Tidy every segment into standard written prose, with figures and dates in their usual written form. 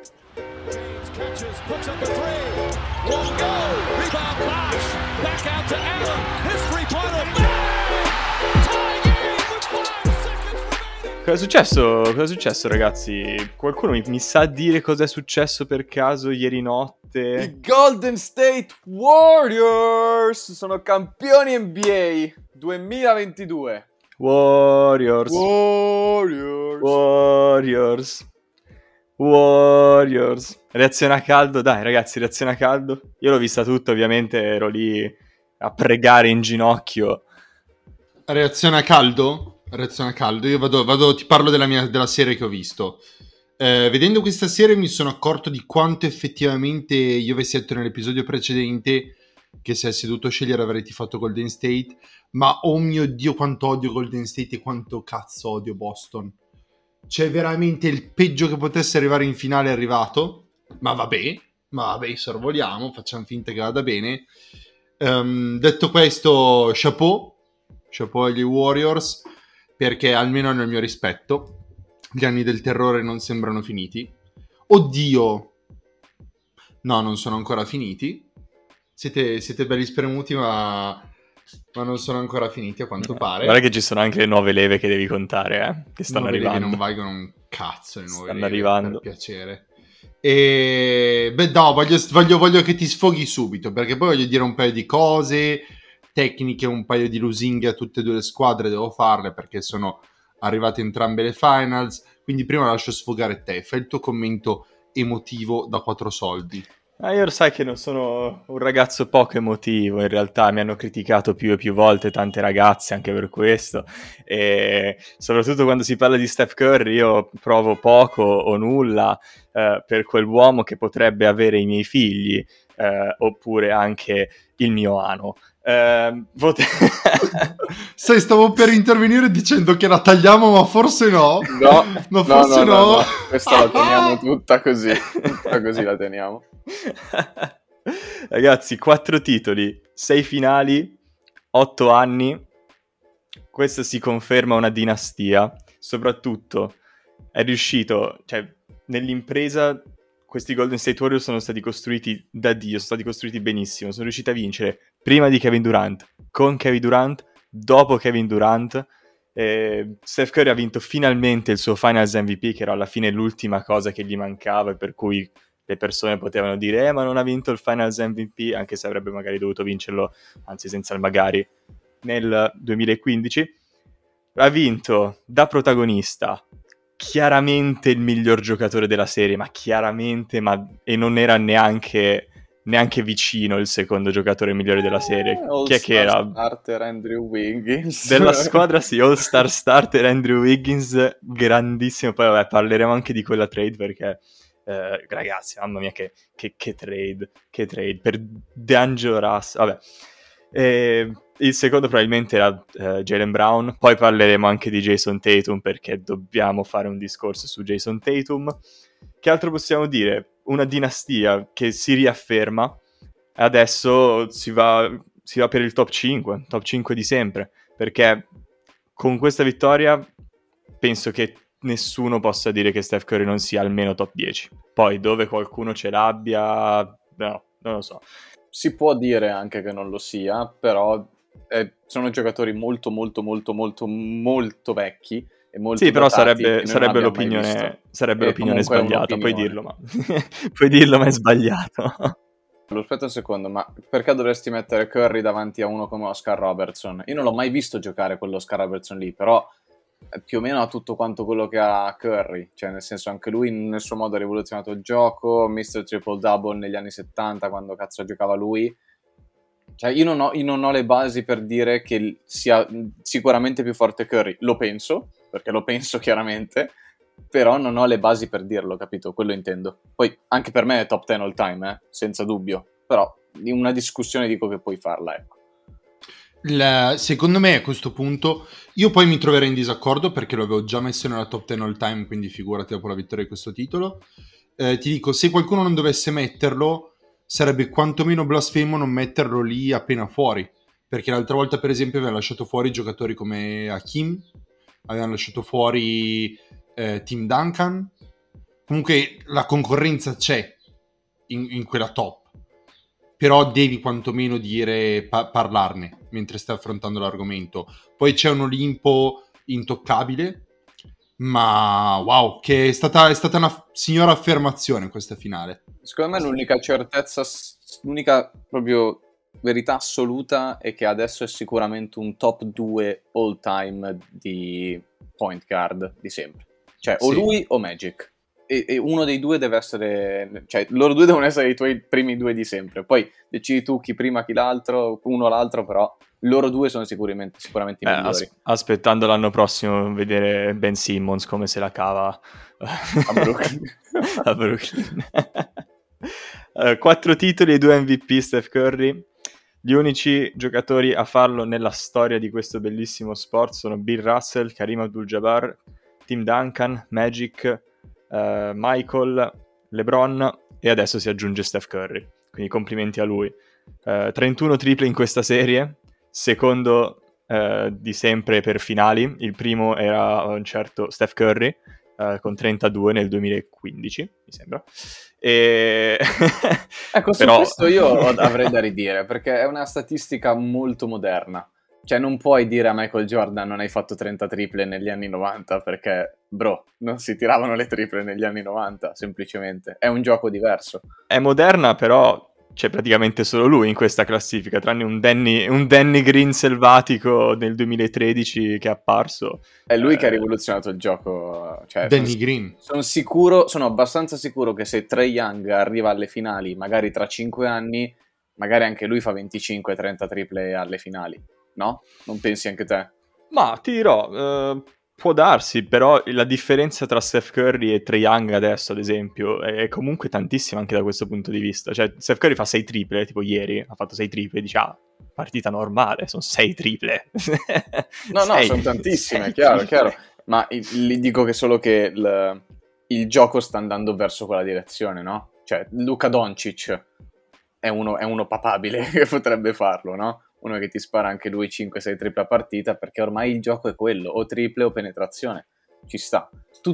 Catches, puts up a three. Won't go. Rebound Bosh. Back out to Allen. His three-pointer. Tie game with 5 seconds remaining. Cosa è successo, ragazzi? Qualcuno mi sa dire cosa è successo per caso ieri notte? I Golden State Warriors sono campioni NBA 2022. Warriors. Reazione a caldo, dai ragazzi, reazione a caldo. Io l'ho vista tutta, ovviamente ero lì a pregare in ginocchio. Reazione a caldo? Io vado, ti parlo della serie che ho visto. Vedendo questa serie mi sono accorto di quanto effettivamente io avessi detto nell'episodio precedente che se avessi dovuto scegliere avrei tifato Golden State, ma oh mio Dio quanto odio Golden State e quanto cazzo odio Boston. Cioè veramente il peggio che potesse arrivare in finale è arrivato, ma vabbè, sorvoliamo, facciamo finta che vada bene. Detto questo, chapeau agli Warriors, perché almeno hanno il mio rispetto. Gli anni del terrore non sembrano finiti. Oddio, no, non sono ancora finiti. Siete belli spremuti, ma non sono ancora finiti a quanto pare. Guarda che ci sono anche le nuove leve che devi contare, che stanno nuove arrivando. Leve non valgono un cazzo le nuove stanno leve, arrivando. per piacere. E beh, no, voglio che ti sfoghi subito, perché poi voglio dire un paio di cose tecniche, un paio di lusinghe a tutte e due le squadre, devo farle perché sono arrivate entrambe le finals. Quindi prima lascio sfogare te, fai il tuo commento emotivo da 4 soldi. Io sai che non sono un ragazzo poco emotivo, in realtà mi hanno criticato più e più volte tante ragazze anche per questo, e soprattutto quando si parla di Steph Curry io provo poco o nulla per quell'uomo che potrebbe avere i miei figli, oppure anche il mio ano. Stavo per intervenire dicendo che la tagliamo, ma forse no. No. Questa la teniamo tutta così la teniamo. Ragazzi, 4 titoli, 6 finali, 8 anni. Questa si conferma una dinastia. Soprattutto è riuscito, cioè nell'impresa questi Golden State Warriors sono stati costruiti da Dio, sono stati costruiti benissimo, sono riusciti a vincere prima di Kevin Durant, con Kevin Durant, dopo Kevin Durant. Steph Curry ha vinto finalmente il suo Finals MVP, che era alla fine l'ultima cosa che gli mancava e per cui le persone potevano dire ma non ha vinto il Finals MVP, anche se avrebbe magari dovuto vincerlo, anzi senza il magari, nel 2015. Ha vinto da protagonista, chiaramente il miglior giocatore della serie, ma chiaramente, e non era neanche vicino il secondo giocatore migliore della serie. Chi è che era? Starter Andrew Wiggins. Della squadra sì, All-Star starter Andrew Wiggins, grandissimo. Poi vabbè, parleremo anche di quella trade perché ragazzi, mamma mia che trade per D'Angelo Russell, vabbè. Il secondo probabilmente era Jaylen Brown. Poi parleremo anche di Jason Tatum perché dobbiamo fare un discorso su Jason Tatum. Che altro possiamo dire? Una dinastia che si riafferma. Adesso si va per il top 5 di sempre, perché con questa vittoria penso che nessuno possa dire che Steph Curry non sia almeno top 10. Poi dove qualcuno ce l'abbia, no, non lo so. Si può dire anche che non lo sia, però sono giocatori molto molto molto molto molto vecchi e molto sì, però datati, sarebbe l'opinione sbagliata, puoi dirlo, ma è sbagliato. Aspetta un secondo, ma perché dovresti mettere Curry davanti a uno come Oscar Robertson? Io non l'ho mai visto giocare quell'Oscar Robertson lì, però più o meno ha tutto quanto quello che ha Curry, cioè nel senso anche lui nel suo modo ha rivoluzionato il gioco, Mr. Triple Double negli anni 70 quando cazzo giocava lui. Cioè io non ho le basi per dire che sia sicuramente più forte Curry, lo penso, perché lo penso chiaramente, però non ho le basi per dirlo, capito? Quello intendo. Poi anche per me è top 10 all time, senza dubbio, però in una discussione dico che puoi farla, ecco. Secondo me a questo punto io poi mi troverei in disaccordo perché lo avevo già messo nella top 10 all time, quindi figurati dopo la vittoria di questo titolo. Ti dico, se qualcuno non dovesse metterlo sarebbe quantomeno blasfemo non metterlo lì appena fuori, perché l'altra volta per esempio avevano lasciato fuori giocatori come Hakim, avevano lasciato fuori Tim Duncan, comunque la concorrenza c'è in quella top, però devi quantomeno dire, parlarne mentre stai affrontando l'argomento. Poi c'è un Olimpo intoccabile, ma wow, che è stata una signora affermazione questa finale. Secondo me l'unica certezza, l'unica proprio verità assoluta è che adesso è sicuramente un top 2 all time di point guard di sempre. Cioè o Sì. lui o Magic. E uno dei due deve essere, cioè loro due devono essere i tuoi primi due di sempre. Poi decidi tu chi prima, chi l'altro, uno o l'altro, però loro due sono sicuramente i migliori. Aspettando l'anno prossimo vedere Ben Simmons come se la cava A Brooklyn. a Brooklyn. 4 titoli e 2 MVP Steph Curry. Gli unici giocatori a farlo nella storia di questo bellissimo sport sono Bill Russell, Kareem Abdul-Jabbar, Tim Duncan, Magic, Michael, LeBron, e adesso si aggiunge Steph Curry, quindi complimenti a lui. 31 triple in questa serie, secondo di sempre per finali. Il primo era un certo Steph Curry con 32 nel 2015, mi sembra. E... Ecco, su Però... questo io avrei da ridire, perché è una statistica molto moderna. Cioè non puoi dire a Michael Jordan non hai fatto 30 triple negli anni 90, perché, bro, non si tiravano le triple negli anni 90, semplicemente. È un gioco diverso. È moderna, però c'è praticamente solo lui in questa classifica, tranne un Danny Green selvatico nel 2013 che è apparso. È lui che ha rivoluzionato il gioco. Cioè, Danny Green. Sono abbastanza sicuro che se Trae Young arriva alle finali, magari tra 5 anni, magari anche lui fa 25-30 triple alle finali. No? Non pensi anche te? Ma ti dirò, può darsi, però la differenza tra Steph Curry e Trae Young adesso, ad esempio, è comunque tantissima anche da questo punto di vista. Cioè, Steph Curry fa 6 triple, tipo ieri ha fatto 6 triple, dici, partita normale, sono 6 triple. No, sono tantissime, chiaro. Ma dico che solo che il gioco sta andando verso quella direzione, no? Cioè, Luka Doncic è uno papabile che potrebbe farlo, no? Uno che ti spara anche lui 5-6 triple a partita, perché ormai il gioco è quello, o triple o penetrazione, ci sta.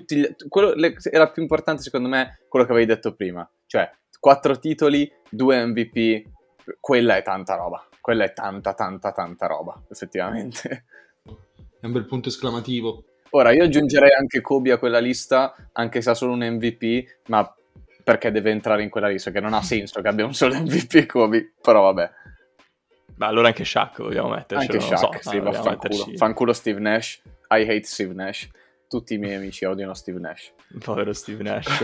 Era più importante secondo me quello che avevi detto prima, cioè 4 titoli, 2 MVP, quella è tanta roba, quella è tanta roba, effettivamente. È un bel punto esclamativo. Ora, io aggiungerei anche Kobe a quella lista, anche se ha solo un MVP, ma perché deve entrare in quella lista, che non ha senso che abbia un solo MVP Kobe, però vabbè. Ma allora anche Shaq vogliamo mettercelo, anche non Shaq, so, sì, vaffanculo. Fanculo Steve Nash, I hate Steve Nash. Tutti i miei amici odiano Steve Nash. Povero Steve Nash.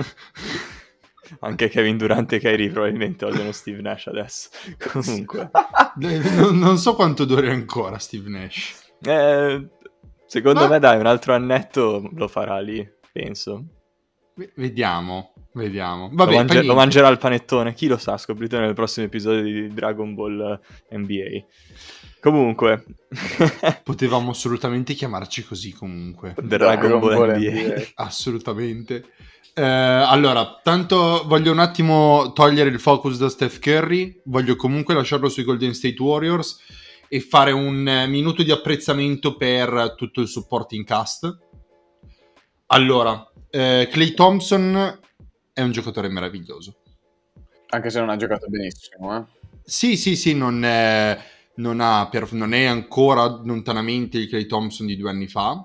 Anche Kevin Durant e Kyrie probabilmente odiano Steve Nash adesso. Comunque. Non so quanto duri ancora Steve Nash. Secondo me dai, un altro annetto lo farà lì, penso. Vediamo. Vabbè, lo mangerà il panettone, chi lo sa, scoprite nel prossimo episodio di Dragon Ball NBA. Comunque potevamo assolutamente chiamarci così, comunque Dragon Ball NBA. Assolutamente. Allora, tanto voglio un attimo togliere il focus da Steph Curry, voglio comunque lasciarlo sui Golden State Warriors e fare un minuto di apprezzamento per tutto il supporting cast. Allora, Klay Thompson è un giocatore meraviglioso. Anche se non ha giocato benissimo, eh? Sì, non è ancora lontanamente il Klay Thompson di 2 anni fa,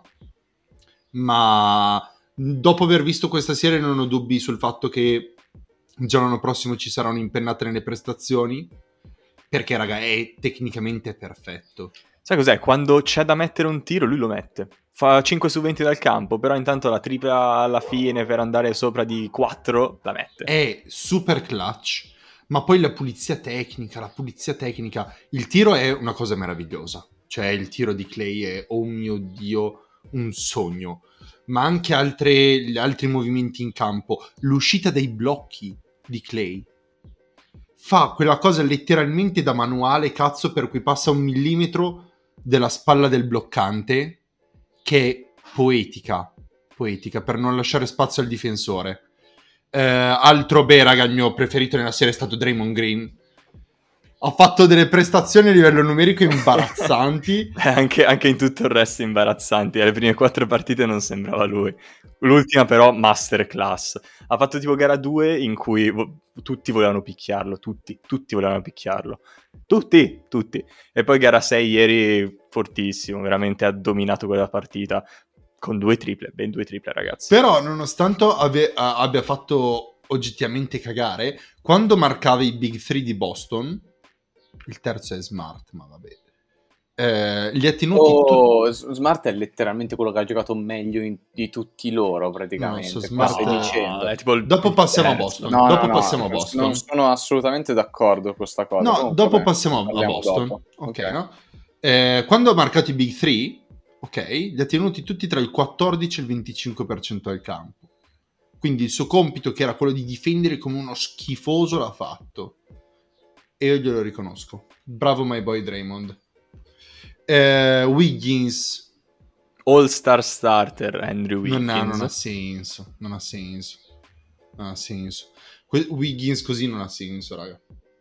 ma dopo aver visto questa serie non ho dubbi sul fatto che già l'anno prossimo ci sarà un'impennata nelle prestazioni, perché raga è tecnicamente perfetto. Sai cos'è? Quando c'è da mettere un tiro lui lo mette. Fa 5 su 20 dal campo, però intanto la tripla alla fine per andare sopra di 4 la mette. È super clutch, ma poi la pulizia tecnica, il tiro è una cosa meravigliosa. Cioè il tiro di Klay è, oh mio Dio, un sogno. Ma anche altri movimenti in campo. L'uscita dai blocchi di Klay fa quella cosa letteralmente da manuale, cazzo, per cui passa 1 millimetro della spalla del bloccante, che è poetica, per non lasciare spazio al difensore. Altro raga, il mio preferito nella serie è stato Draymond Green, ha fatto delle prestazioni a livello numerico imbarazzanti. Anche in tutto il resto imbarazzanti. Alle prime 4 partite non sembrava lui. L'ultima però masterclass. Ha fatto tipo gara 2 in cui tutti volevano picchiarlo, tutti volevano picchiarlo. Tutti. E poi gara 6 ieri fortissimo, veramente ha dominato quella partita con ben due triple, ragazzi. Però nonostante abbia fatto oggettivamente cagare, quando marcava i Big 3 di Boston, il terzo è Smart, ma vabbè, li ha tenuti Smart è letteralmente quello che ha giocato meglio di tutti loro, praticamente. No, Smart stai dicendo. È tipo dopo passiamo a Boston. Passiamo a Boston. Non sono assolutamente d'accordo con questa cosa. No, comunque, dopo passiamo a Boston. Dopo. Okay. No? Quando ha marcato i Big 3, ok, li ha tenuti tutti tra il 14 e il 25% del campo. Quindi il suo compito, che era quello di difendere come uno schifoso, l'ha fatto. E io glielo riconosco. Bravo my boy Draymond. Wiggins. All-star starter Andrew Wiggins. Non ha senso. Wiggins così non ha senso, raga.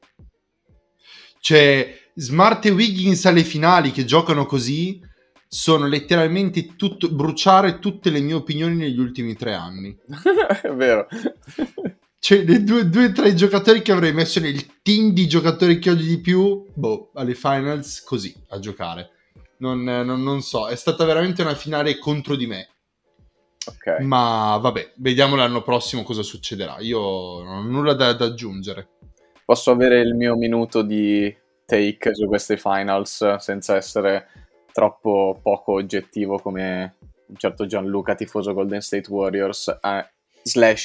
Cioè, Smart e Wiggins alle finali che giocano così sono letteralmente bruciare tutte le mie opinioni negli ultimi 3 anni. È vero. Cioè, le due o tre giocatori che avrei messo nel team di giocatori che odio di più, alle finals così, a giocare. Non so, è stata veramente una finale contro di me. Ok. Ma vabbè, vediamo l'anno prossimo cosa succederà. Io non ho nulla da aggiungere. Posso avere il mio minuto di take su queste finals senza essere troppo poco oggettivo come un certo Gianluca, tifoso Golden State Warriors /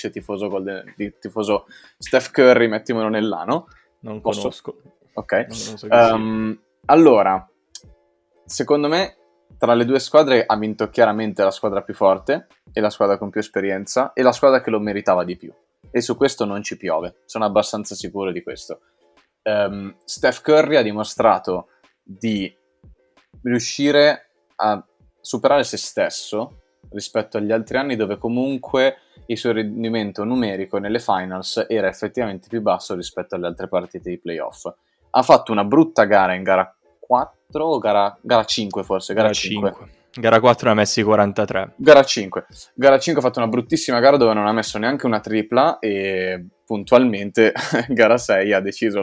tifoso Steph Curry, mettimelo nell'ano. Non conosco. Ok. Non so chi sia. Allora, secondo me tra le due squadre ha vinto chiaramente la squadra più forte e la squadra con più esperienza e la squadra che lo meritava di più, e su questo non ci piove, sono abbastanza sicuro di questo. Steph Curry ha dimostrato di riuscire a superare se stesso rispetto agli altri anni, dove comunque il suo rendimento numerico nelle finals era effettivamente più basso rispetto alle altre partite di playoff. Ha fatto una brutta gara in gara 4 o gara 5 forse? Gara 5. Gara 4 ne ha messi 43. Gara 5 ha fatto una bruttissima gara dove non ha messo neanche una tripla e puntualmente gara 6 ha deciso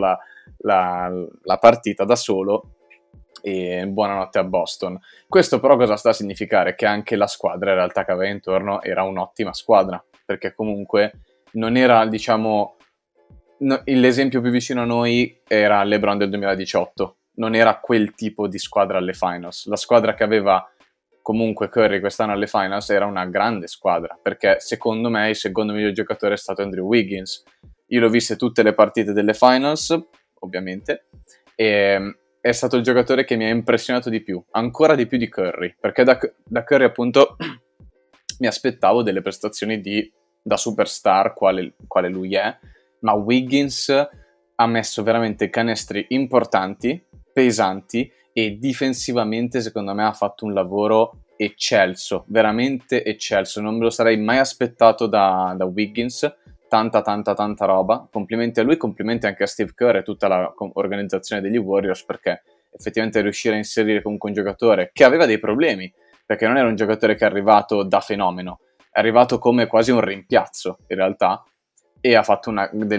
la partita da solo e buonanotte a Boston. Questo però cosa sta a significare? Che anche la squadra in realtà che aveva intorno era un'ottima squadra, perché comunque non era, diciamo, l'esempio più vicino a noi era LeBron del 2018, non era quel tipo di squadra alle finals. La squadra che aveva comunque Curry quest'anno alle finals era una grande squadra, perché secondo me il secondo miglior giocatore è stato Andrew Wiggins. Io l'ho viste tutte le partite delle finals, ovviamente, e è stato il giocatore che mi ha impressionato di più, ancora di più di Curry, perché da Curry appunto mi aspettavo delle prestazioni da superstar quale lui è, ma Wiggins ha messo veramente canestri importanti, pesanti, e difensivamente secondo me ha fatto un lavoro eccelso, veramente eccelso. Non me lo sarei mai aspettato da Wiggins. Tanta roba. Complimenti a lui, complimenti anche a Steve Kerr e tutta l'organizzazione degli Warriors, perché effettivamente riuscire a inserire comunque un giocatore che aveva dei problemi, perché non era un giocatore che è arrivato da fenomeno, è arrivato come quasi un rimpiazzo in realtà, e ha fatto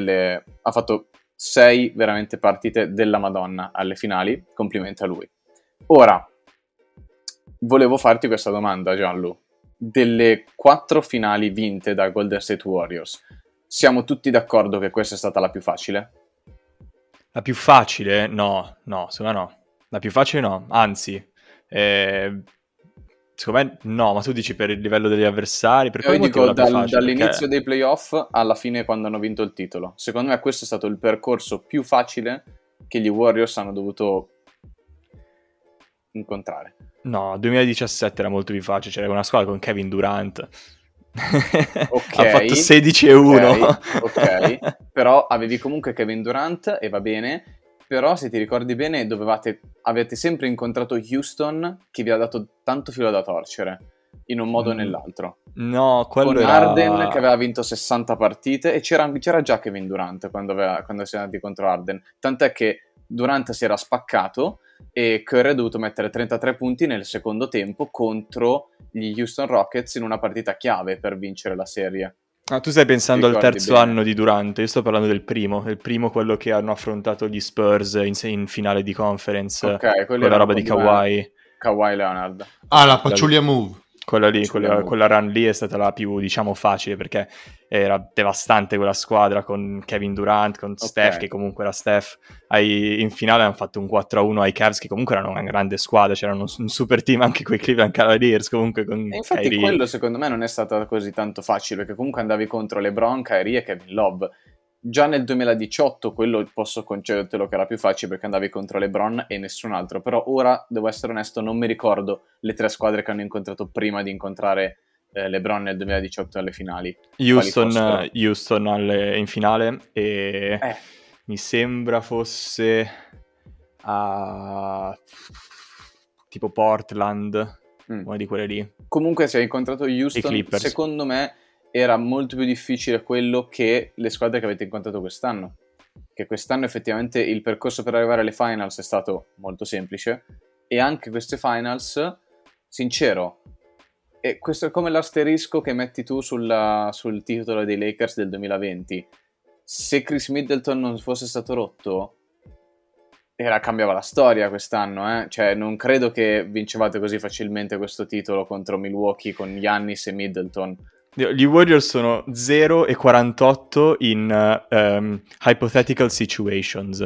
6 veramente partite della Madonna alle finali. Complimenti a lui. Ora volevo farti questa domanda, Gianlu. Delle 4 finali vinte da Golden State Warriors, siamo tutti d'accordo che questa è stata la più facile? La più facile? No, secondo me no. La più facile no, anzi, secondo me no, ma tu dici per il livello degli avversari? Per Io dico dall'inizio perché... dei playoff alla fine quando hanno vinto il titolo. Secondo me questo è stato il percorso più facile che gli Warriors hanno dovuto incontrare. No, 2017 era molto più facile, c'era una squadra con Kevin Durant. Okay, ha fatto 16-1. ok, però avevi comunque Kevin Durant e va bene, però se ti ricordi bene avete sempre incontrato Houston che vi ha dato tanto filo da torcere in un modo o nell'altro. No, quello con era... Harden che aveva vinto 60 partite e c'era già Kevin Durant quando si è andati contro Harden, tant'è che Durant si era spaccato e Curry ha dovuto mettere 33 punti nel secondo tempo contro gli Houston Rockets in una partita chiave per vincere la serie. Ah, tu stai pensando al Ricordi terzo bene. anno di Durant, io sto parlando del primo quello che hanno affrontato gli Spurs in finale di conference, Ok, con la roba di Kawhi. Kawhi Leonard. La Paciuglia Move. Quella lì, Paciuglia quella run lì è stata la più, diciamo, facile, perché era devastante quella squadra con Kevin Durant, con Steph, che comunque era Steph. In finale hanno fatto un 4-1 ai Cavs, che comunque erano una grande squadra, c'erano un super team anche con i Cleveland Cavaliers, comunque con E infatti Kyrie. quello secondo me non è stato così tanto facile, perché comunque andavi contro LeBron, Kyrie e Kevin Love. Già nel 2018 quello posso concedertelo che era più facile perché andavi contro LeBron e nessun altro, però ora, devo essere onesto, non mi ricordo le 3 squadre che hanno incontrato prima di incontrare LeBron nel 2018 alle finali. Houston in finale e mi sembra fosse tipo Portland, una di quelle lì. Comunque se hai incontrato Houston, secondo me era molto più difficile quello che le squadre che avete incontrato quest'anno, che quest'anno effettivamente il percorso per arrivare alle finals è stato molto semplice, e anche queste finals, sincero, e questo è come l'asterisco che metti tu sul titolo dei Lakers del 2020. Se Chris Middleton non fosse stato rotto, cambiava la storia quest'anno, cioè non credo che vincevate così facilmente questo titolo contro Milwaukee con Giannis e Middleton. Gli Warriors sono 0-48 in hypothetical situations.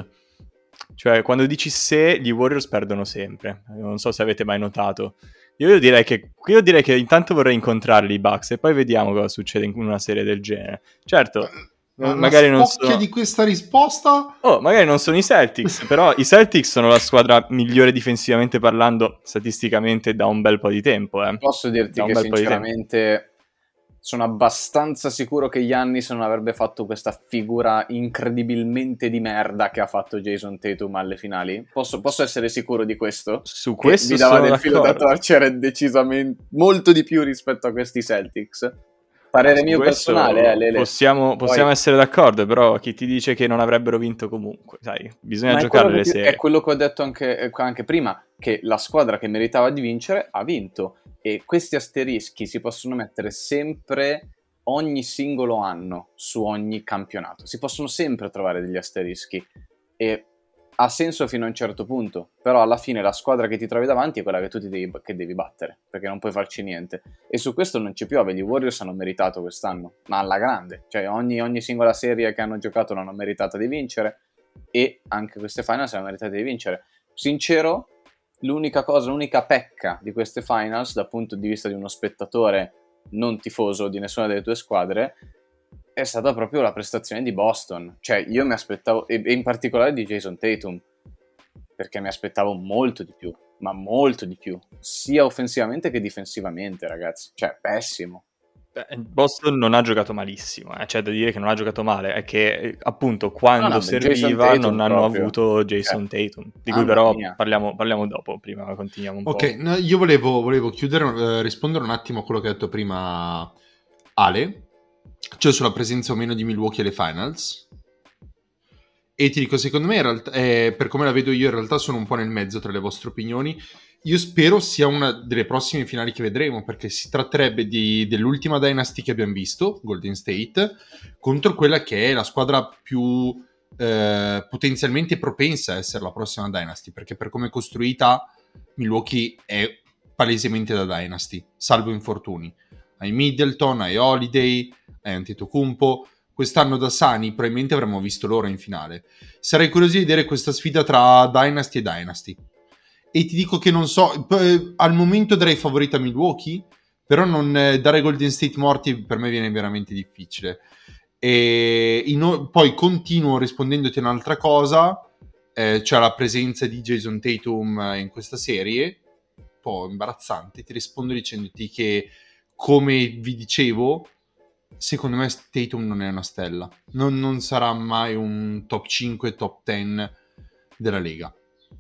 Cioè, quando dici se, gli Warriors perdono sempre. Non so se avete mai notato. Io direi che intanto vorrei incontrarli i Bucks e poi vediamo cosa succede in una serie del genere. Certo, magari non sono... di questa risposta? Magari non sono i Celtics, però i Celtics sono la squadra migliore difensivamente parlando statisticamente da un bel po' di tempo. Posso dirti che sinceramente sono abbastanza sicuro che Giannis non avrebbe fatto questa figura incredibilmente di merda che ha fatto Jason Tatum alle finali. Posso essere sicuro di questo? Su questo mi dava sono del filo da torcere decisamente molto di più rispetto a questi Celtics. Parere mio personale, Lele. Possiamo essere d'accordo, però chi ti dice che non avrebbero vinto comunque? Sai, bisogna giocare le serie. È quello che ho detto anche prima, che la squadra che meritava di vincere ha vinto. E questi asterischi si possono mettere sempre ogni singolo anno su ogni campionato. Si possono sempre trovare degli asterischi e ha senso fino a un certo punto, però alla fine la squadra che ti trovi davanti è quella che tu devi battere, perché non puoi farci niente. E su questo non ci piove, gli Warriors hanno meritato quest'anno, ma alla grande. Cioè ogni singola serie che hanno giocato l'hanno meritata di vincere e anche queste finals hanno meritato di vincere. Sincero, l'unica pecca di queste finals dal punto di vista di uno spettatore non tifoso di nessuna delle 2 squadre è stata proprio la prestazione di Boston. Cioè io mi aspettavo, e in particolare di Jason Tatum, perché mi aspettavo molto di più, ma molto di più, sia offensivamente che difensivamente, ragazzi. Cioè pessimo. Boston non ha giocato malissimo, c'è da dire che non ha giocato male, è che appunto quando serviva non hanno avuto Jason Tatum, di cui però parliamo dopo, prima continuiamo un po'. Ok, no, io volevo chiudere, rispondere un attimo a quello che ha detto prima Ale, cioè sulla presenza o meno di Milwaukee alle finals, e ti dico, secondo me in realtà, per come la vedo io in realtà sono un po' nel mezzo tra le vostre opinioni. Io spero sia una delle prossime finali che vedremo, perché si tratterebbe dell'ultima Dynasty che abbiamo visto, Golden State, contro quella che è la squadra più potenzialmente propensa a essere la prossima Dynasty, perché per come è costruita Milwaukee è palesemente da Dynasty, salvo infortuni. Hai Middleton, hai Holiday, hai Antetokounmpo. Quest'anno da sani probabilmente avremmo visto loro in finale. Sarei curioso di vedere questa sfida tra Dynasty e Dynasty. E ti dico che non so, al momento darei favorita a Milwaukee, però non dare Golden State morti per me viene veramente difficile. E poi continuo rispondendoti un'altra cosa, cioè la presenza di Jason Tatum in questa serie, un po' imbarazzante. Ti rispondo dicendoti che, come vi dicevo, secondo me Tatum non è una stella, non sarà mai un top 5, top 10 della Lega.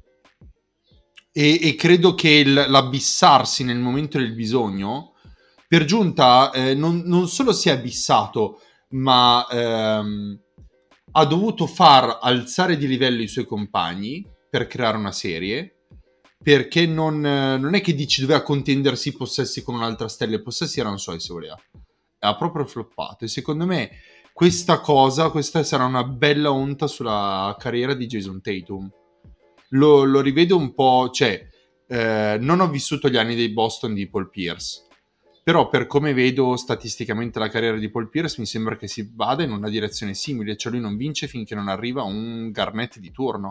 E credo che l'abissarsi nel momento del bisogno, per giunta, non solo si è abissato, ma ha dovuto far alzare di livello i suoi compagni per creare una serie, perché non è che dici doveva contendersi i possessi con un'altra stella, i possessi erano suoi se voleva. Ha proprio floppato, e secondo me questa sarà una bella onta sulla carriera di Jason Tatum. Lo rivedo un po', cioè non ho vissuto gli anni dei Boston di Paul Pierce, però per come vedo statisticamente la carriera di Paul Pierce mi sembra che si vada in una direzione simile, cioè lui non vince finché non arriva un Garnett di turno.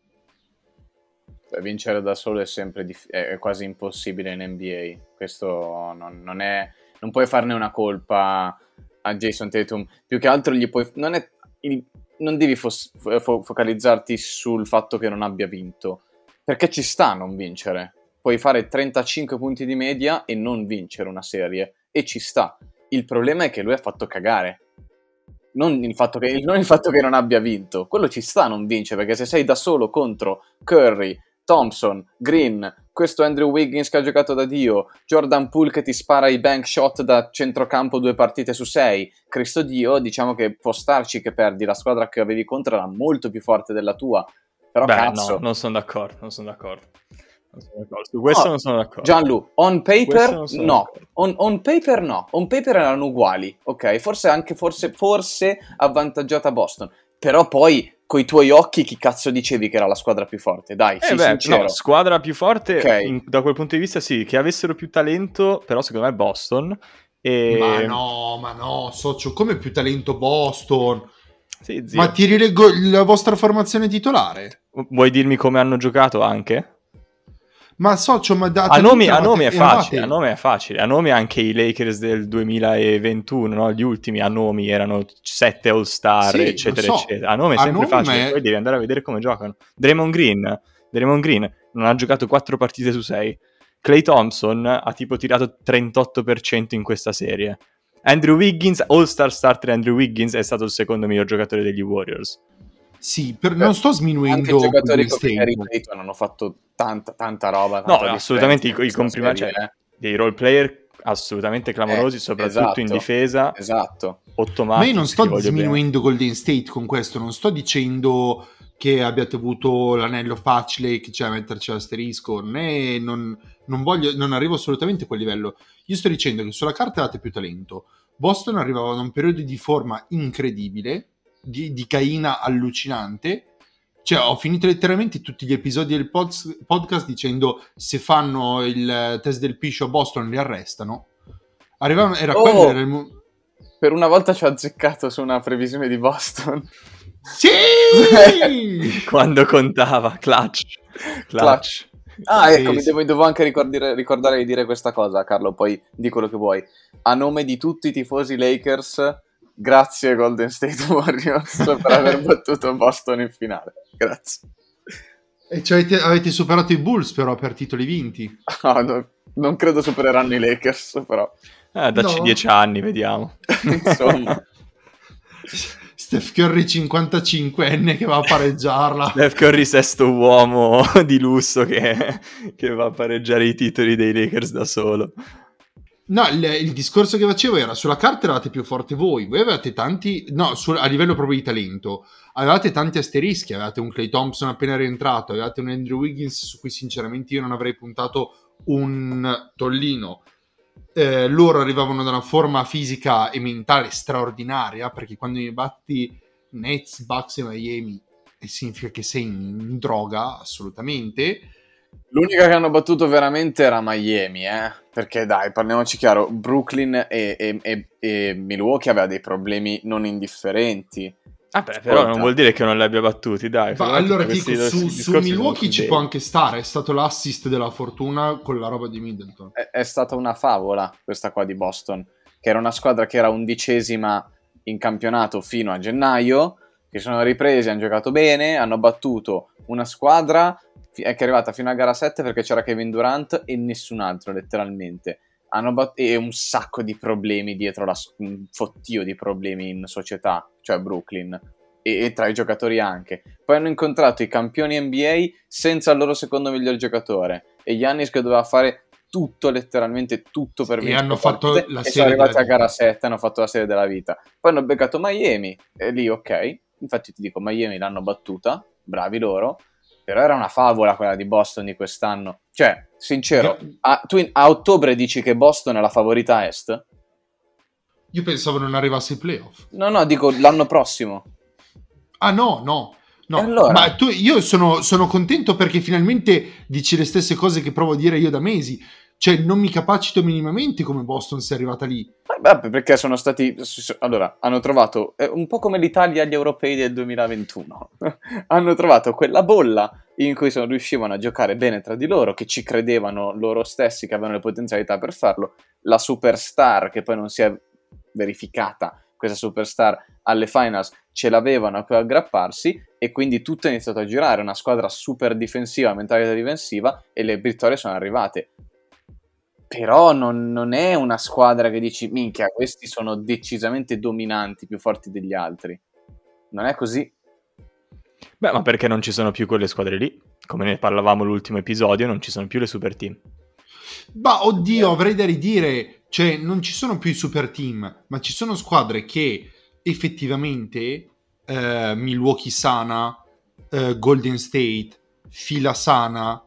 Vincere da solo è sempre è quasi impossibile in NBA. Questo non puoi farne una colpa a Jason Tatum. Più che altro non devi focalizzarti sul fatto che non abbia vinto, perché ci sta a non vincere. Puoi fare 35 punti di media e non vincere una serie, e ci sta. Il problema è che lui ha fatto cagare. Non il fatto che non abbia vinto. Quello ci sta a non vincere, perché se sei da solo contro Curry, Thompson, Green, questo Andrew Wiggins che ha giocato da Dio, Jordan Poole che ti spara i bank shot da centrocampo 2 partite su 6, Cristo Dio, diciamo che può starci che perdi. La squadra che avevi contro era molto più forte della tua, però cazzo. No, non sono d'accordo. Su questo non sono d'accordo. Gianlu, on paper no. On paper no. On paper erano uguali, ok? Forse avvantaggiata Boston. Però poi, coi tuoi occhi, chi cazzo dicevi che era la squadra più forte? Dai, sii sincero. No, squadra più forte, Okay. da quel punto di vista sì, che avessero più talento, però secondo me Boston. Ma no, socio, come più talento Boston? Sì, zio. Ma ti rileggo la vostra formazione titolare? Vuoi dirmi come hanno giocato anche? Ma socio, ma A nomi è facile, a nomi anche i Lakers del 2021, no? Gli ultimi a nomi erano 7 All-Star, Sì, eccetera, lo so. eccetera. A nome è A sempre nome facile, poi devi andare a vedere come giocano. Draymond Green non ha giocato 4 partite su 6. Klay Thompson ha tipo tirato 38% in questa serie. Andrew Wiggins, All-Star starter Andrew Wiggins, è stato il secondo miglior giocatore degli Warriors. Sì, non sto sminuendo anche i giocatori Golden come Harry State. Payton hanno fatto tanta roba. No, tanta assolutamente i differenza in questa complimenti, serie, cioè, dei role player assolutamente clamorosi, soprattutto in difesa. Esatto. Ma io non sto voglio sminuendo Golden State con questo, non sto dicendo che abbiate avuto l'anello facile, che c'è da metterci l'asterisco, non arrivo assolutamente a quel livello. Io sto dicendo che sulla carta avete più talento. Boston arrivava da un periodo di forma incredibile, di caina allucinante. Cioè, ho finito letteralmente tutti gli episodi del podcast dicendo: se fanno il test del piscio a Boston li arrestano. Quello era il per una volta ci ho azzeccato su una previsione di Boston. Sì! Quando contava, clutch. Ecco, Sì. mi devo anche ricordare di dire questa cosa, Carlo, poi di quello che vuoi. A nome di tutti i tifosi Lakers, grazie Golden State Warriors per aver battuto Boston in finale. Grazie. E cioè avete superato i Bulls però per titoli vinti. No, non credo supereranno i Lakers, però. Dacci No. 10 anni, vediamo. Insomma. Steph Curry 55enne che va a pareggiarla. Steph Curry, sesto uomo di lusso che va a pareggiare i titoli dei Lakers da solo. No, il discorso che facevo era: sulla carta eravate più forti voi avevate tanti, a livello proprio di talento avevate tanti asterischi, avevate un Klay Thompson appena rientrato, avevate un Andrew Wiggins su cui sinceramente io non avrei puntato un tollino. Loro arrivavano da una forma fisica e mentale straordinaria, perché quando mi batti Nets, Bucks e Miami significa che sei in droga, assolutamente. L'unica che hanno battuto veramente era Miami, perché dai, parliamoci chiaro, Brooklyn e Milwaukee aveva dei problemi non indifferenti. Però non vuol dire che non li abbia battuti, dai. Ma allora ti dico, su discorsi Milwaukee sono ci può anche stare, è stato l'assist della fortuna con la roba di Middleton. È stata una favola questa qua di Boston, che era una squadra che era 11ª in campionato fino a gennaio, che sono ripresi, hanno giocato bene, hanno battuto una squadra che è arrivata fino a gara 7 perché c'era Kevin Durant e nessun altro, letteralmente. E un sacco di problemi dietro, un fottio di problemi in società, cioè Brooklyn, e tra i giocatori anche. Poi hanno incontrato i campioni NBA senza il loro secondo miglior giocatore, e Giannis che doveva fare tutto, letteralmente tutto per vincere. E hanno fatto la serie sono arrivati della a gara vita. 7, hanno fatto la serie della vita. Poi hanno beccato Miami, e lì ok, infatti ti dico, Miami l'hanno battuta, bravi loro, però era una favola quella di Boston di quest'anno. Cioè, sincero, tu a ottobre dici che Boston è la favorita a est? Io pensavo non arrivasse ai playoff. No, dico l'anno prossimo. Ah no. E allora? Ma io sono contento perché finalmente dici le stesse cose che provo a dire io da mesi. Cioè, non mi capacito minimamente come Boston sia arrivata lì. Beh, perché sono stati... Allora, hanno trovato, un po' come l'Italia agli europei del 2021, hanno trovato quella bolla in cui riuscivano a giocare bene tra di loro, che ci credevano loro stessi, che avevano le potenzialità per farlo. La superstar, che poi non si è verificata, questa superstar alle finals, ce l'avevano a cui aggrapparsi, e quindi tutto è iniziato a girare. Una squadra super difensiva, mentalità difensiva, e le vittorie sono arrivate. Però non è una squadra che dici, minchia, questi sono decisamente dominanti, più forti degli altri. Non è così. Beh, ma perché non ci sono più quelle squadre lì? Come ne parlavamo l'ultimo episodio, non ci sono più le super team. Ma oddio, avrei da ridire. Cioè, non ci sono più i super team, ma ci sono squadre che effettivamente Milwaukee sana, Golden State, fila sana.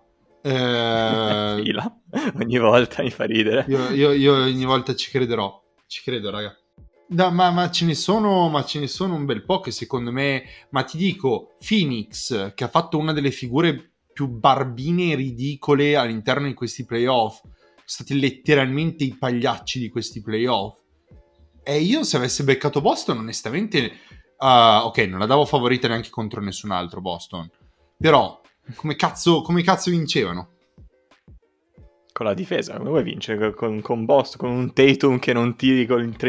Fila. Ogni volta mi fa ridere. Io ogni volta ci crederò. Ci credo, raga. No, ma ce ne sono un bel po' che secondo me... Ma ti dico, Phoenix, che ha fatto una delle figure più barbine e ridicole all'interno di questi playoff, sono stati letteralmente i pagliacci di questi playoff. E io, se avessi beccato Boston, onestamente... ok, non la davo favorita neanche contro nessun altro Boston. Però, come cazzo vincevano? Con la difesa, come vuoi vincere? Con Boston, con un Tatum che non tiri con il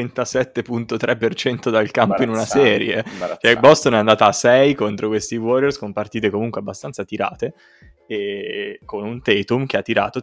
37.3% dal campo in una serie. Cioè, Boston è andata a 6 contro questi Warriors con partite comunque abbastanza tirate, e con un Tatum che ha tirato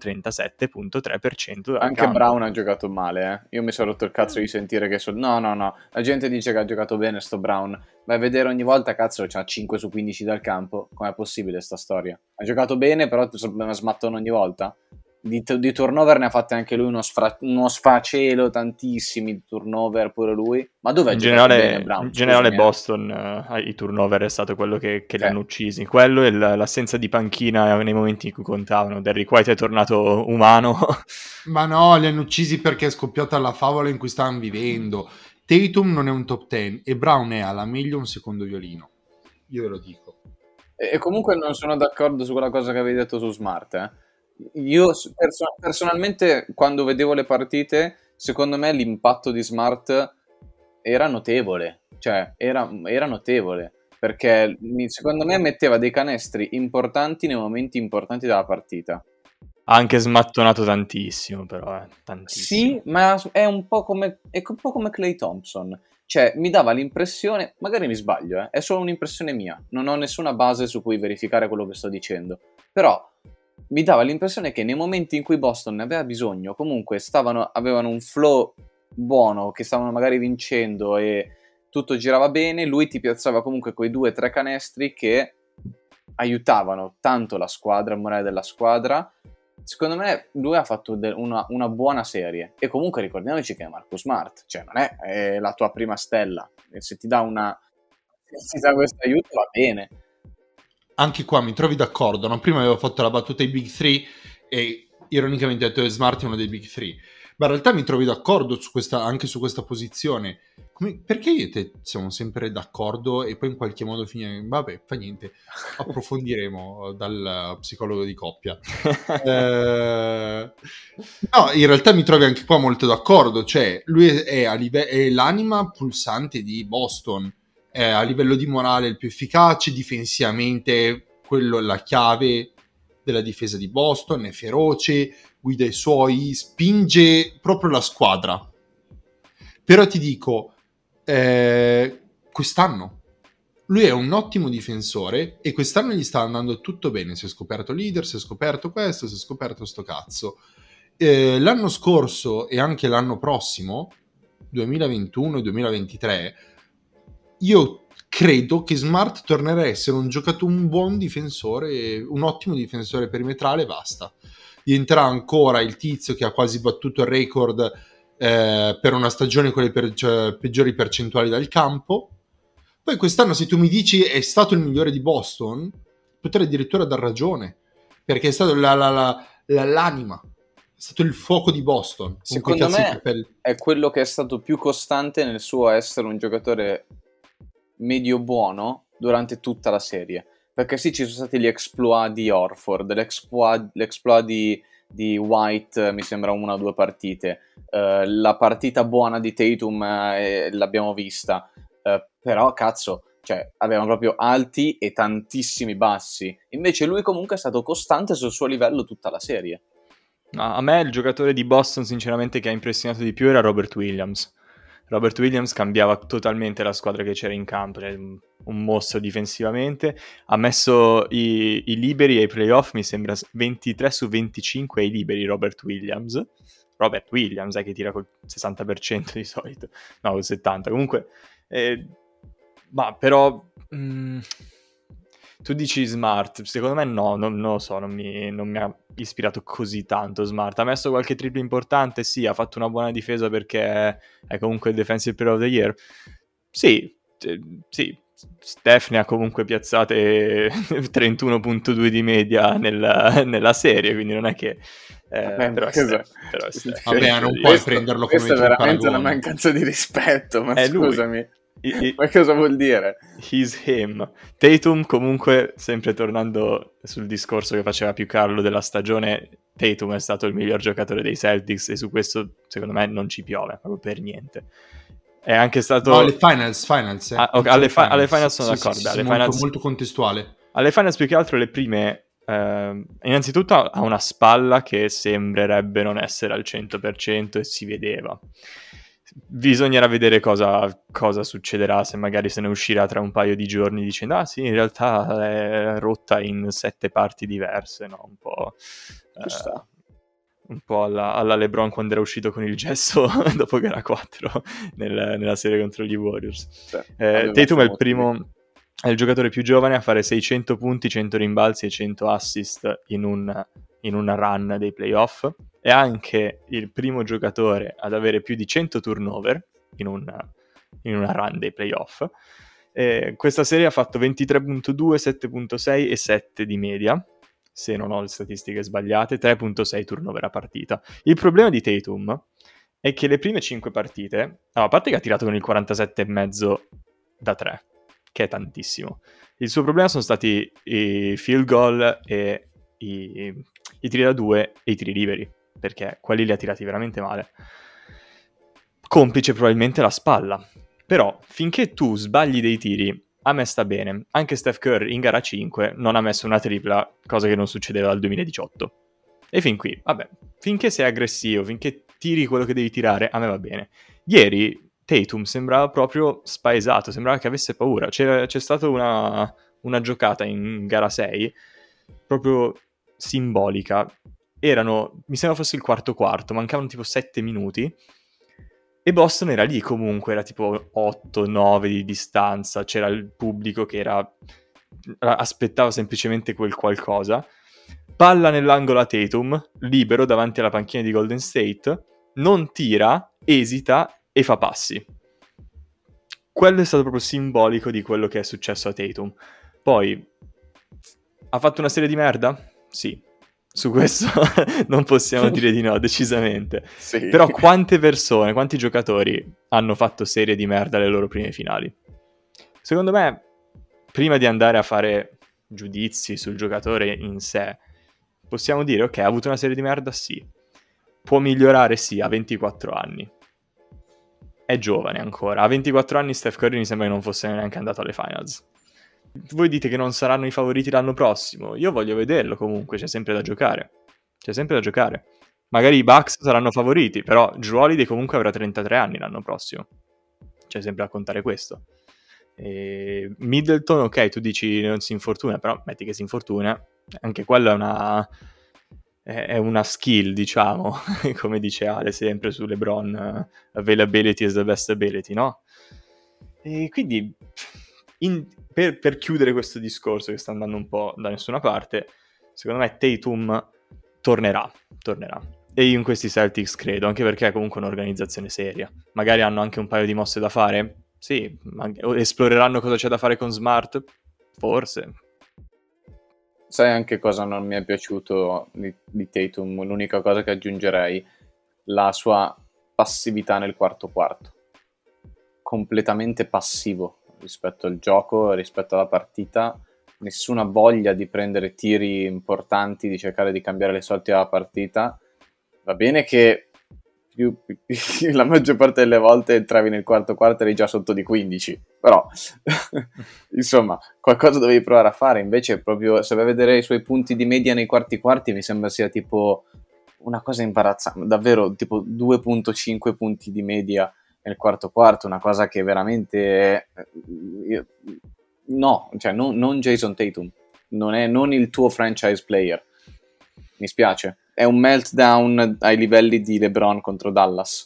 37.3% dal Anche campo. Brown ha giocato male, Io mi sono rotto il cazzo di sentire che... No, la gente dice che ha giocato bene sto Brown. Vai a vedere ogni volta, cazzo, c'ha 5 su 15 dal campo. Com'è possibile sta storia? Ha giocato bene, però smattone ogni volta. Di turnover ne ha fatte anche lui uno sfacelo, tantissimi turnover pure lui. Ma dove ha giocato bene Brown? In generale Boston, i turnover è stato quello che li hanno uccisi. Quello e l'assenza di panchina nei momenti in cui contavano. Derrick White è tornato umano. Ma no, li hanno uccisi perché è scoppiata la favola in cui stavano vivendo. Tatum non è un top 10 e Brown è alla meglio un secondo violino. Io ve lo dico. E comunque non sono d'accordo su quella cosa che avevi detto su Smart, Io personalmente, quando vedevo le partite, secondo me l'impatto di Smart era notevole. Cioè, era notevole. Perché secondo me metteva dei canestri importanti nei momenti importanti della partita. Ha anche smattonato tantissimo, però, tantissimo. Sì, ma è un po' come Klay Thompson. Cioè, mi dava l'impressione, magari mi sbaglio, è solo un'impressione mia, non ho nessuna base su cui verificare quello che sto dicendo, però mi dava l'impressione che nei momenti in cui Boston ne aveva bisogno, comunque avevano un flow buono, che stavano magari vincendo e tutto girava bene, lui ti piazzava comunque quei 2 o 3 canestri che aiutavano tanto la squadra, il morale della squadra. Secondo me lui ha fatto una buona serie, e comunque ricordiamoci che è Marcus Smart, cioè non è la tua prima stella, e se ti dà questo aiuto va bene. Anche qua mi trovi d'accordo, no? Prima avevo fatto la battuta ai Big 3 e ironicamente ho detto che Smart è uno dei Big 3, ma in realtà mi trovi d'accordo anche su questa posizione. Perché io e te siamo sempre d'accordo e poi in qualche modo finiamo... Vabbè, fa niente, approfondiremo dal psicologo di coppia. No, in realtà mi trovi anche qua molto d'accordo, cioè lui è l'anima pulsante di Boston, è a livello di morale il più efficace, difensivamente quello è la chiave della difesa di Boston, è feroce, guida i suoi, spinge proprio la squadra. Però ti dico, quest'anno lui è un ottimo difensore e quest'anno gli sta andando tutto bene, si è scoperto leader, si è scoperto questo, si è scoperto sto cazzo. L'anno scorso e anche l'anno prossimo, 2021 e 2023, io credo che Smart tornerà a essere un buon difensore, un ottimo difensore perimetrale, basta. Diventerà ancora il tizio che ha quasi battuto il record per una stagione con le peggiori percentuali dal campo, Poi quest'anno, se tu mi dici è stato il migliore di Boston, potrei addirittura dar ragione, perché è stato l'anima, è stato il fuoco di Boston. Secondo me è quello che è stato più costante nel suo essere un giocatore medio buono durante tutta la serie, perché sì, ci sono stati gli exploit di Horford, l'exploit di White, mi sembra 1 o 2 partite, la partita buona di Tatum l'abbiamo vista, però cazzo, cioè avevano proprio alti e tantissimi bassi, invece lui comunque è stato costante sul suo livello tutta la serie. A me il giocatore di Boston sinceramente che ha impressionato di più era Robert Williams. Robert Williams cambiava totalmente la squadra che c'era in campo, cioè un mostro difensivamente, ha messo i liberi ai playoff, mi sembra 23 su 25 ai liberi Robert Williams che tira col 60% di solito, no col 70%, comunque ma però tu dici Smart, secondo me no, non lo so, non mi ha ispirato così tanto Smart. Ha messo qualche triplo importante, sì, ha fatto una buona difesa perché è comunque il Defensive Player of the Year. Sì, Steph ne ha comunque piazzate 31.2 di media nella serie, quindi non è che... però è Steph. Vabbè, non puoi prenderlo come questo è veramente una mancanza di rispetto, ma scusami. Lui. Ma cosa vuol dire? He's him. Tatum comunque, sempre tornando sul discorso che faceva più Carlo della stagione, Tatum è stato il miglior giocatore dei Celtics e su questo secondo me non ci piove proprio per niente. È anche stato... No, alle finals. Alle finals sono d'accordo. Sì, alle molto, finals... molto contestuale. Alle finals più che altro le prime... innanzitutto ha una spalla che sembrerebbe non essere al 100% e si vedeva. Bisognerà vedere cosa succederà, se magari se ne uscirà tra un paio di giorni dicendo ah sì, in realtà è rotta in 7 parti diverse, no? Un po' alla LeBron quando era uscito con il gesso dopo gara 4 nella serie contro gli Warriors. Tatum è il giocatore più giovane a fare 600 punti, 100 rimbalzi e 100 assist in una run dei playoff. È anche il primo giocatore ad avere più di 100 turnover in una run dei playoff. Questa serie ha fatto 23.2, 7.6 e 7 di media, se non ho le statistiche sbagliate, 3.6 turnover a partita. Il problema di Tatum è che le prime 5 partite, a parte che ha tirato con il 47,5 da 3, che è tantissimo. Il suo problema sono stati i field goal e i tiri da 2 e i tiri liberi, perché quelli li ha tirati veramente male. Complice probabilmente la spalla, però finché tu sbagli dei tiri a me sta bene. Anche Steph Curry in gara 5 non ha messo una tripla, cosa che non succedeva dal 2018. E fin qui, vabbè, finché sei aggressivo, finché tiri quello che devi tirare, a me va bene. Ieri Tatum sembrava proprio spaesato, sembrava che avesse paura. C'è stata una giocata in gara 6 proprio simbolica. Mi sembra fosse il quarto, mancavano tipo 7 minuti e Boston era lì comunque, era tipo 8-9 di distanza, c'era il pubblico che aspettava semplicemente quel qualcosa. Palla nell'angolo a Tatum, libero davanti alla panchina di Golden State, non tira, esita e fa passi. Quello è stato proprio simbolico di quello che è successo a Tatum. Poi ha fatto una serie di merda? Sì, su questo non possiamo dire di no, decisamente. Sì. Però quante persone, quanti giocatori hanno fatto serie di merda alle loro prime finali? Secondo me, prima di andare a fare giudizi sul giocatore in sé, possiamo dire, ok, ha avuto una serie di merda? Sì. Può migliorare? Sì, a 24 anni. È giovane ancora. A 24 anni Steph Curry mi sembra che non fosse neanche andato alle finals. Voi dite che non saranno i favoriti l'anno prossimo. Io voglio vederlo comunque, c'è sempre da giocare. Magari i Bucks saranno favoriti, però Jrue Holiday comunque avrà 33 anni l'anno prossimo. C'è sempre da contare questo. Middleton, ok, tu dici non si infortuna, però metti che si infortuna. Anche quella è una skill, diciamo, come dice Ale sempre su LeBron, availability is the best ability, no? E quindi... Per chiudere questo discorso che sta andando un po' da nessuna parte, secondo me Tatum tornerà. E io in questi Celtics credo, anche perché è comunque un'organizzazione seria. Magari hanno anche un paio di mosse da fare, sì, esploreranno cosa c'è da fare con Smart, forse. Sai anche cosa non mi è piaciuto di Tatum? L'unica cosa che aggiungerei, la sua passività nel quarto quarto. Completamente passivo rispetto al gioco, rispetto alla partita. Nessuna voglia di prendere tiri importanti, di cercare di cambiare le sorti della partita. Va bene che la maggior parte delle volte entravi nel quarto quarto e eri già sotto di 15, però insomma qualcosa dovevi provare a fare. Invece proprio se vai a vedere i suoi punti di media nei quarti mi sembra sia tipo una cosa imbarazzante, davvero tipo 2.5 punti di media nel quarto quarto, una cosa che veramente no, cioè non Jason Tatum, non il tuo franchise player, mi spiace. È un meltdown ai livelli di LeBron contro Dallas.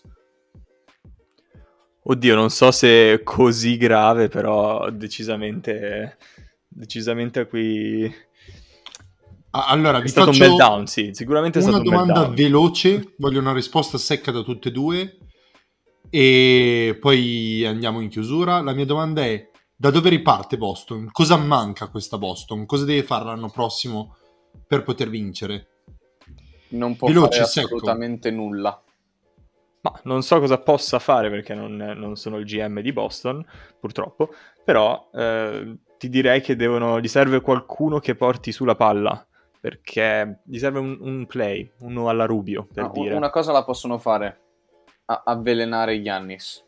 Oddio, non so se è così grave, però decisamente qui Allora, è vi stato un faccio meltdown, sì, sicuramente è una stato un domanda meltdown. veloce, voglio una risposta secca da tutte e due e poi andiamo in chiusura. La mia domanda è: da dove riparte Boston? Cosa manca a questa Boston? Cosa deve fare l'anno prossimo per poter vincere? Non può Veloce, fare secco. assolutamente nulla. Ma non so cosa possa fare perché non sono il GM di Boston, purtroppo, però ti direi che gli serve qualcuno che porti sulla palla, perché gli serve un play, uno alla Rubio, per dire. Una cosa la possono fare, avvelenare Giannis.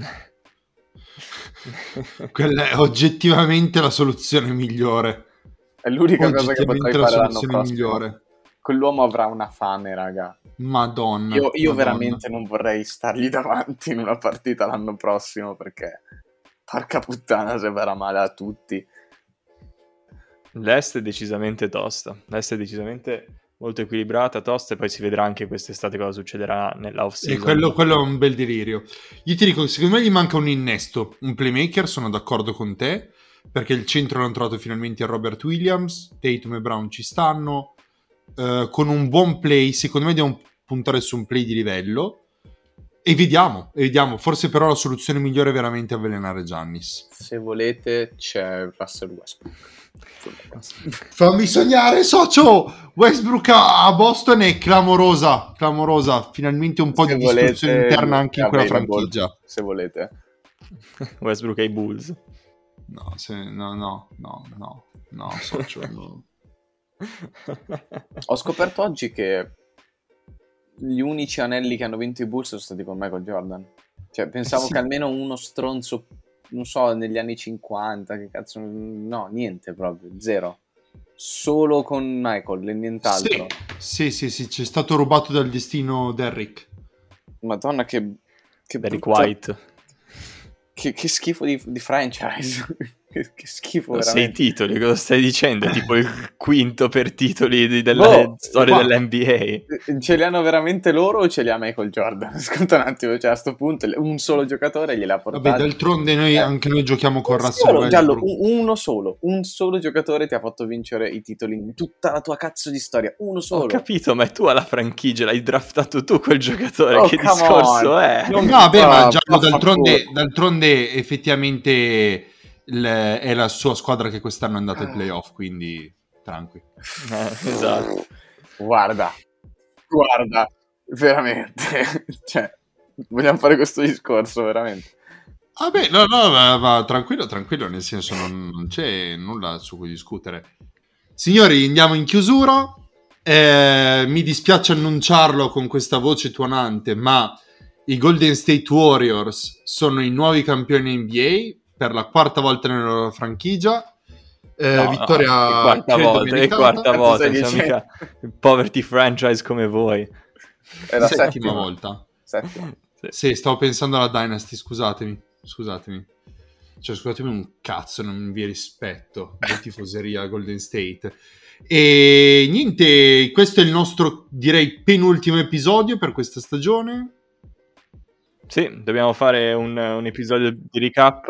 Quella è oggettivamente la soluzione migliore. È l'unica cosa che potrai Oggettivamente la fare l'anno soluzione prossimo. migliore. Quell'uomo avrà una fame, raga. Madonna. Io Madonna. veramente non vorrei stargli davanti in una partita l'anno prossimo, perché porca puttana se verrà male a tutti. L'Est è decisamente tosta, l'Est è decisamente molto equilibrata, tosta, e poi si vedrà anche quest'estate cosa succederà nella off-season. E quello è un bel delirio. Io ti dico, secondo me gli manca un innesto, un playmaker, sono d'accordo con te, perché il centro l'hanno trovato finalmente a Robert Williams, Tatum e Brown ci stanno, con un buon play, secondo me devono puntare su un play di livello, e vediamo, forse però la soluzione migliore è veramente avvelenare Giannis. Se volete c'è Russell Westbrook. Fammi sognare, socio! Westbrook a Boston è clamorosa, finalmente un po' Se di discussione volete, interna anche in quella available, franchigia. se volete. Westbrook ai Bulls. No, socio, no. Ho scoperto oggi che gli unici anelli che hanno vinto i Bulls sono stati con Michael Jordan. Cioè, pensavo Sì. che almeno uno stronzo, non so, negli anni 50, che cazzo, no, niente proprio, zero. Solo con Michael e nient'altro. Sì, c'è stato rubato dal destino Derrick. Madonna, che Derrick brutta- White. Che schifo di franchise. che schifo, 6 veramente. titoli, cosa stai dicendo? È tipo il quinto per titoli della Boh, storia ma- dell'NBA. Ce li hanno veramente loro o ce li ha Michael Jordan? Ascolta un attimo, cioè a sto punto un solo giocatore gliel'ha portato. Vabbè, d'altronde noi, anche noi giochiamo con Russell Solo, Giallo, Westbrook. un solo giocatore ti ha fatto vincere i titoli in tutta la tua cazzo di storia. Uno solo. Ho capito, ma tu alla franchigia l'hai draftato tu quel giocatore, Oh, che come discorso on. è? Non- No, beh, ma Ah, Giallo, vaffanculo. d'altronde effettivamente è la sua squadra che quest'anno è andata ai playoff, quindi tranqui. Esatto. Guarda, veramente. Cioè, vogliamo fare questo discorso, veramente. Vabbè, no, ma tranquillo, nel senso non c'è nulla su cui discutere. Signori, andiamo in chiusura. Mi dispiace annunciarlo con questa voce tuonante, ma i Golden State Warriors sono i nuovi campioni NBA per la quarta volta nella loro franchigia. Vittoria è credo quarta meritata. volta, Stai siamo dicendo? mica poverty franchise come voi. È la Settima volta. Settima. Sì. Sì, stavo pensando alla Dynasty, scusatemi. Cioè, scusatemi un cazzo, non vi rispetto. La tifoseria Golden State. E niente, questo è il nostro, direi, penultimo episodio per questa stagione. Sì, dobbiamo fare un episodio di recap.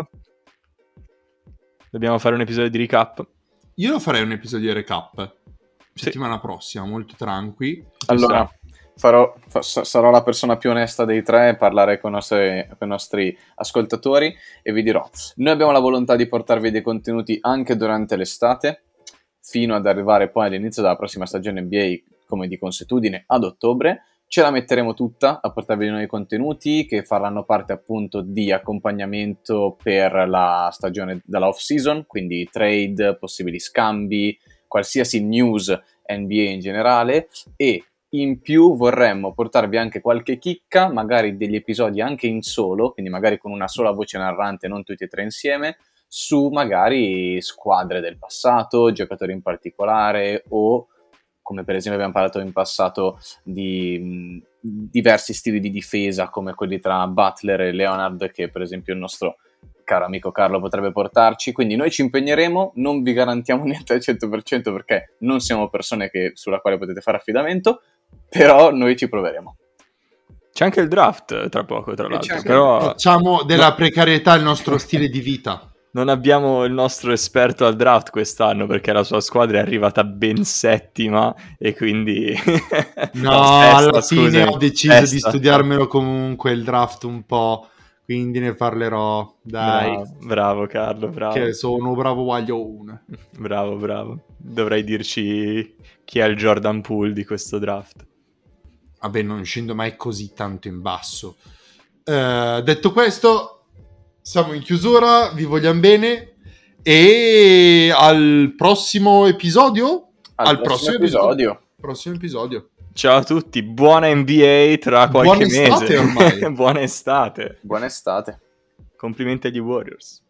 Io lo farei un episodio di recap Sì. settimana prossima, molto tranqui. Allora, sarò la persona più onesta dei tre, parlare con i nostri ascoltatori e vi dirò, noi abbiamo la volontà di portarvi dei contenuti anche durante l'estate, fino ad arrivare poi all'inizio della prossima stagione NBA, come di consuetudine, ad ottobre. Ce la metteremo tutta a portarvi nuovi contenuti che faranno parte appunto di accompagnamento per la stagione della off-season, quindi trade, possibili scambi, qualsiasi news NBA in generale, e in più vorremmo portarvi anche qualche chicca, magari degli episodi anche in solo, quindi magari con una sola voce narrante, non tutti e tre insieme, su magari squadre del passato, giocatori in particolare, o come per esempio abbiamo parlato in passato di diversi stili di difesa come quelli tra Butler e Leonard, che per esempio il nostro caro amico Carlo potrebbe portarci. Quindi noi ci impegneremo, non vi garantiamo niente al 100% perché non siamo persone sulla quale potete fare affidamento, però noi ci proveremo. C'è anche il draft tra poco, tra l'altro, però facciamo della precarietà il nostro stile di vita. Non abbiamo il nostro esperto al draft quest'anno perché la sua squadra è arrivata ben settima e quindi... alla fine ho deciso di studiarmelo comunque il draft un po', quindi ne parlerò, dai. Bravo Carlo, bravo. Che sono bravo guaglione. Bravo. Dovrai dirci chi è il Jordan Poole di questo draft. Vabbè, non scendo mai così tanto in basso. Detto questo... siamo in chiusura, vi vogliamo bene e al prossimo episodio. Al prossimo episodio. Ciao a tutti, buona NBA tra qualche mese. Buona estate ormai. Buona estate. Buona estate. Complimenti agli Warriors.